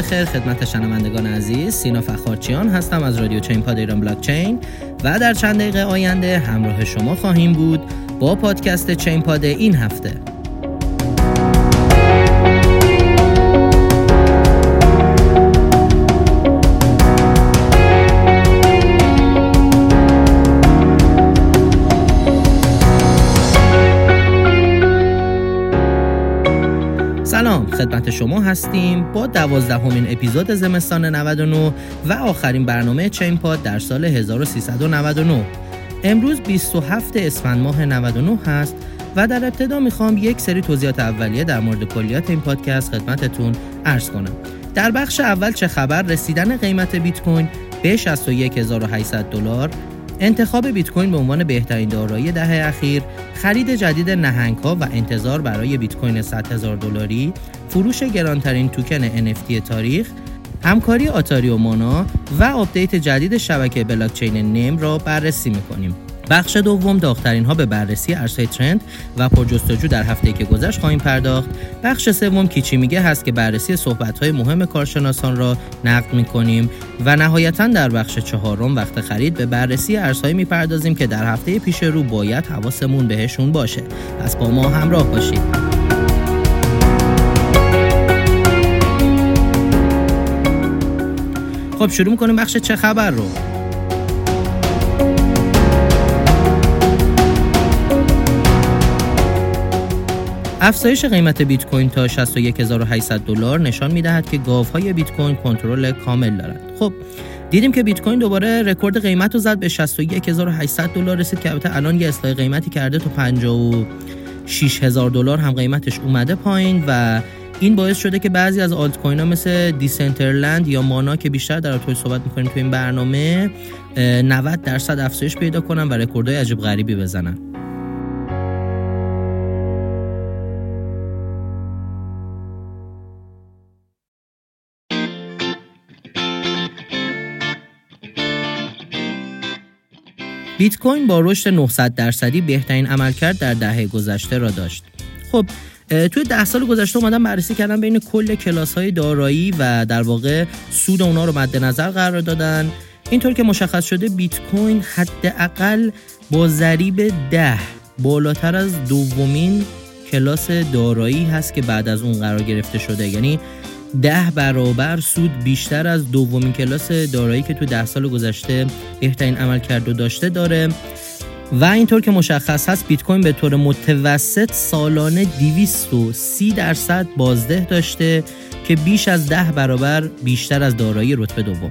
بخیر خدمت شنوندگان عزیز. سینا فخارچیان هستم از رادیو چین پاد ایران بلاک چین و در چند دقیقه آینده همراه شما خواهیم بود با پادکست چین پاد این هفته. سلام خدمت شما هستیم با 12مین اپیزود زمستان 99 و آخرین برنامه چین پاد در سال 1399. امروز 27 اسفند ماه 99 هست و در ابتدا میخوام یک سری توضیحات اولیه در مورد کلیات این پادکست خدمتتون عرض کنم. در بخش اول چه خبر، رسیدن قیمت بیت کوین به $61800، انتخاب بیت کوین به عنوان بهترین دارایی دهه اخیر، خرید جدید نهنگ‌ها و انتظار برای بیت کوین $100,000، فروش گرانترین توکن NFT تاریخ، همکاری آتاری و مانا و آپدیت جدید شبکه بلاکچین نیم را بررسی می‌کنیم. بخش دوم داغ‌ترین ها به بررسی ارزهای ترند و پرجستجو در هفته‌ای که گذشت خواهیم پرداخت. بخش سوم کیچی میگه هست که بررسی صحبت‌های مهم کارشناسان را نقد می‌کنیم و نهایتاً در بخش چهارم وقت خرید به بررسی ارزهایی می‌پردازیم که در هفته پیش رو باید حواسمون بهشون باشه. پس با ما همراه باشید. خب شروع می‌کنیم بخش چه خبر رو. افزایش قیمت بیت کوین تا $61800 نشان می‌دهد که گاوهای بیت کوین کنترل کامل دارند. خب دیدیم که بیت کوین دوباره رکورد قیمت رو زد، به $61800 رسید که البته الان یه اصلاح قیمتی کرده تو $56,000 هم قیمتش اومده پایین و این باعث شده که بعضی از آلت کوین ها مثل دیسنترلند یا مانا که بیشتر در ارتباط صحبت می‌کنیم تو این برنامه 90% افزایش پیدا کنن و رکوردهای عجیب غریبی بزنن. بیت کوین با رشد 900% بهترین عملکرد در دهه گذشته را داشت. خب توی 10 سال گذشته اومدم بررسی کردم بین کل کلاس‌های دارایی و در واقع سود اونا رو مد نظر قرار دادن. اینطور که مشخص شده بیت کوین حداقل با ضریب 10 بالاتر از دومین کلاس دارایی هست که بعد از اون قرار گرفته شده، یعنی 10 برابر سود بیشتر از دومین کلاس دارایی که تو 10 سال گذشته بهترین عملکرد رو داشته داره و اینطور که مشخص هست بیت کوین به طور متوسط سالانه 230% بازده داشته که بیش از 10 برابر بیشتر از دارایی رتبه دوم.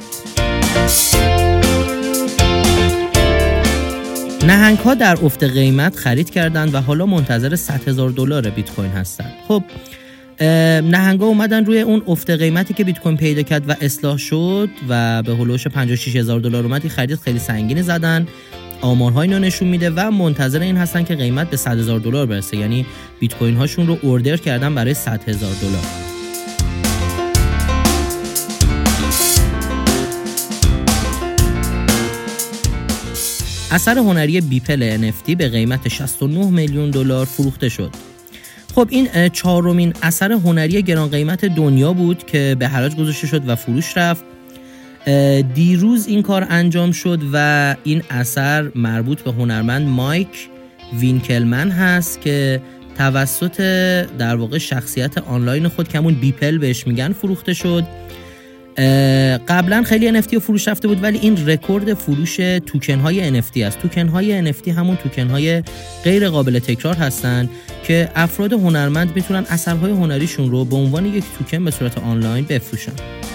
نهنگ ها در افت قیمت خرید کردند و حالا منتظر $100,000 بیت کوین هستند. خب نهنگا اومدن روی اون افت قیمتی که بیت کوین پیدا کرد و اصلاح شد و به هولوش $56,000 اومد، خرید خیلی سنگینی زدن. آمارها اینو نشون میده و منتظر این هستن که قیمت به $100,000 برسه، یعنی بیت کوین هاشون رو اوردر کردن برای $100,000. اثر هنری بیپل NFT به قیمت $69 میلیون فروخته شد. خب این چهارمین اثر هنری گران قیمت دنیا بود که به حراج گذاشته شد و فروش رفت. دیروز این کار انجام شد و این اثر مربوط به هنرمند مایک وینکلمن هست که توسط در واقع شخصیت آنلاین خود که همون بیپل بهش میگن فروخته شد. قبلا خیلی NFT فروش رفته بود ولی این رکورد فروش توکن های NFT است. توکن های NFT همون توکن های غیر قابل تکرار هستن که افراد هنرمند میتونن اثرهای هنریشون رو به عنوان یک توکن به صورت آنلاین بفروشن.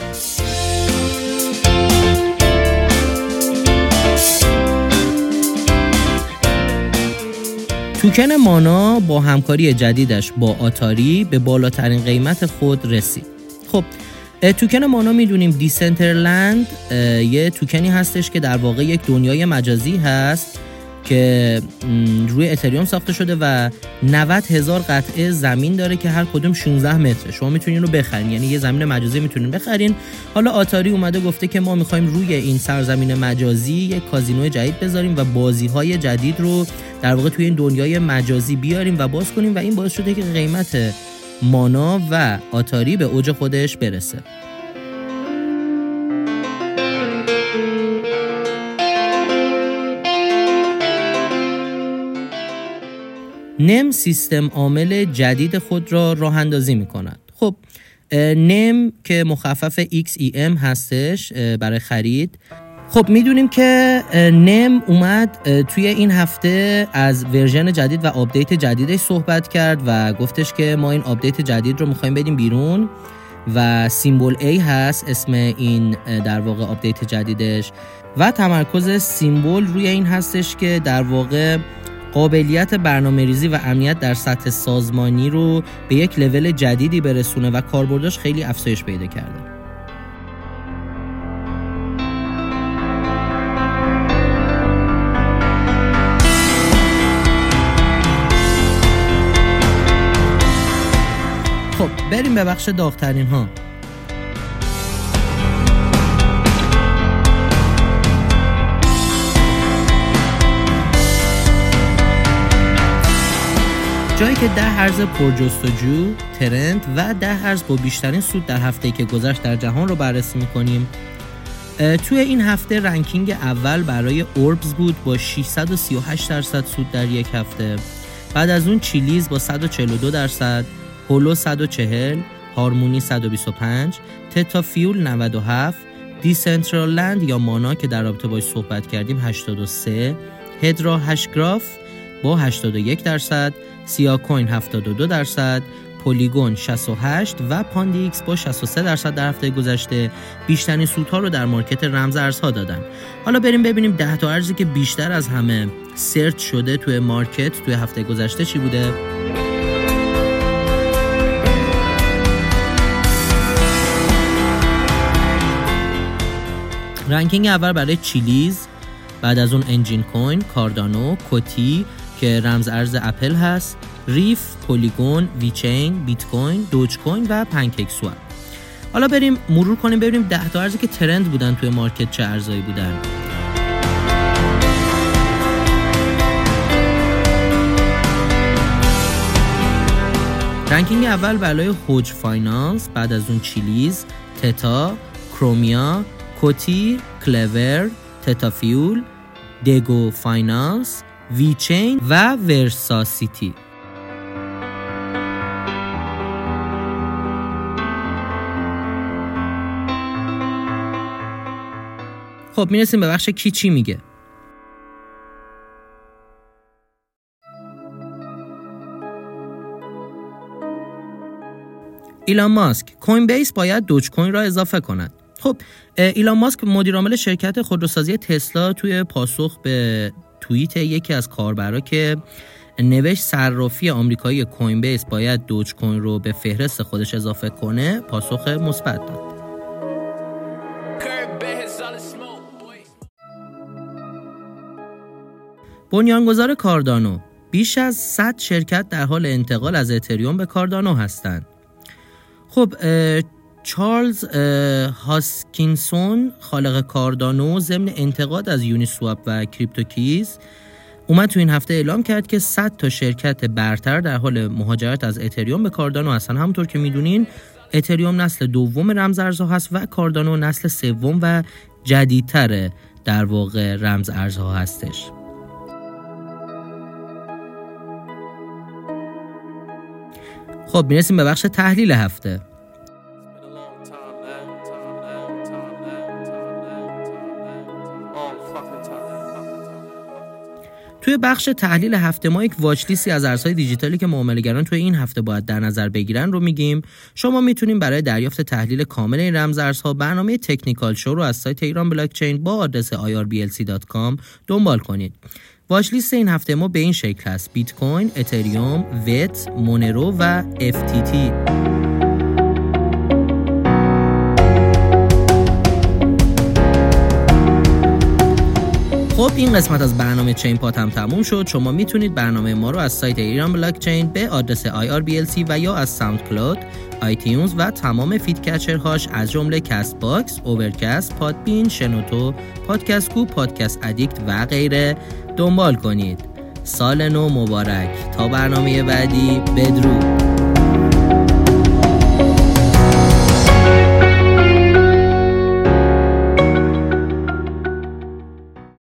توکن مانا با همکاری جدیدش با آتاری به بالاترین قیمت خود رسید. خب توکن مانا میدونیم دیسنترلند یه توکنی هستش که در واقع یک دنیای مجازی هست که روی اتریوم ساخته شده و 90,000 قطعه زمین داره که هر کدوم 16 متره. شما میتونین رو بخرین، یعنی یه زمین مجازی میتونین بخرین. حالا آتاری اومده گفته که ما میخوایم روی این سرزمین مجازی یک کازینو جدید بذاریم و بازی‌های جدید رو در واقع توی این دنیای مجازی بیاریم و باز کنیم و این باعث شده که قیمت مانا و آتاری به اوج خودش برسه. نم سیستم عامل جدید خود را راه اندازی می کند. خب نم که مخفف XEM هستش برای خرید. خب میدونیم که نم اومد توی این هفته از ورژن جدید و آپدیت جدیدش صحبت کرد و گفتش که ما این آپدیت جدید رو میخوایم بدیم بیرون و سیمبل A هست اسم این در واقع آپدیت جدیدش و تمرکز سیمبل روی این هستش که در واقع قابلیت برنامه‌ریزی و امنیت در سطح سازمانی رو به یک لول جدیدی برسونه و کاربردش خیلی افزایش پیدا کرده. خب بریم به بخش داغ‌ترین ها. جایی که 10 ارز پرجستجو، ترند و 10 ارز با بیشترین سود در هفته‌ای که گذشت در جهان رو بررسی می‌کنیم. توی این هفته رنکینگ اول برای اوربز بود با 638% سود در یک هفته. بعد از اون چیلیز با 142%، هولو 140، هارمونی 125، تتا فیول 97، دیسنترالند یا مانا که در رابطه باش صحبت کردیم 83، هدرا هشگراف با 81%، سیا کوین 72%، پولیگون 68 و پاندی ایکس با 63% در هفته گذشته بیشترین سودها رو در مارکت رمز ارزها دادن. حالا بریم ببینیم 10 تا ارزی که بیشتر از همه سرچ شده توی مارکت توی هفته گذشته چی بوده. رنکینگ اول برای چیلیز، بعد از اون انجین کوین، کاردانو، کوتی که رمز ارز اپل هست، ریف، پولیگون، ویچین، بیت کوین، دوج کوین و پنکیک سواب. حالا بریم مرور کنیم ببینیم 10 تا ارزی که ترند بودن توی مارکت چه ارزایی بودن. رنکینگ اول برای هوج فایننس، بعد از اون چیلیز، تتا، کرومیا، کوتی، کلور، تتا فیول، دگو فایننس، ویچین و ورساسیتی. خب میرسیم به بخش کی چی میگه. ایلان ماسک، کوین بیس باید دوج کوین را اضافه کند. خب ایلان ماسک مدیر عامل شرکت خودروسازی تسلا توی پاسخ به توییت یکی از کاربرا که نوشت صرافی آمریکایی کوین بیس باید دوج کوین رو به فهرست خودش اضافه کنه پاسخ مثبت داد. بنیانگذار کاردانو، بیش از 100 شرکت در حال انتقال از اتریوم به کاردانو هستند. خب چارلز هاسکینسون خالق کاردانو ضمن انتقاد از یونی سواب و کریپتوکیز اومد تو این هفته اعلام کرد که 100 تا شرکت برتر در حال مهاجرت از اتریوم به کاردانو هستن. همونطور که میدونین اتریوم نسل دوم رمز ارزها هست و کاردانو نسل سوم و جدیدتر در واقع رمز ارزها هستش. خب میرسیم به بخش تحلیل هفته. توی بخش تحلیل هفته ما یک واچ لیستی از ارزهای دیجیتالی که معامله‌گران توی این هفته باید در نظر بگیرن رو میگیم. شما میتونین برای دریافت تحلیل کامل این رمز ارزها برنامه تکنیکال شو رو از سایت ایران بلاکچین با آدرس irblc.com دنبال کنید. واچ لیست این هفته ما به این شکل هست: بیت کوین، اتریوم، ویت، مونرو و FTT. خب این قسمت از برنامه چین پات هم تموم شد. شما میتونید برنامه ما رو از سایت ایران بلاکچین به آدرس IRBLC و یا از ساوند کلاود، آیتیونز و تمام فید کچرهاش از جمله کست باکس، اوورکست، پادبین، شنوتو، پادکستگو، پادکست ادیکت و غیره دنبال کنید. سال نو مبارک. تا برنامه بعدی، بدرود.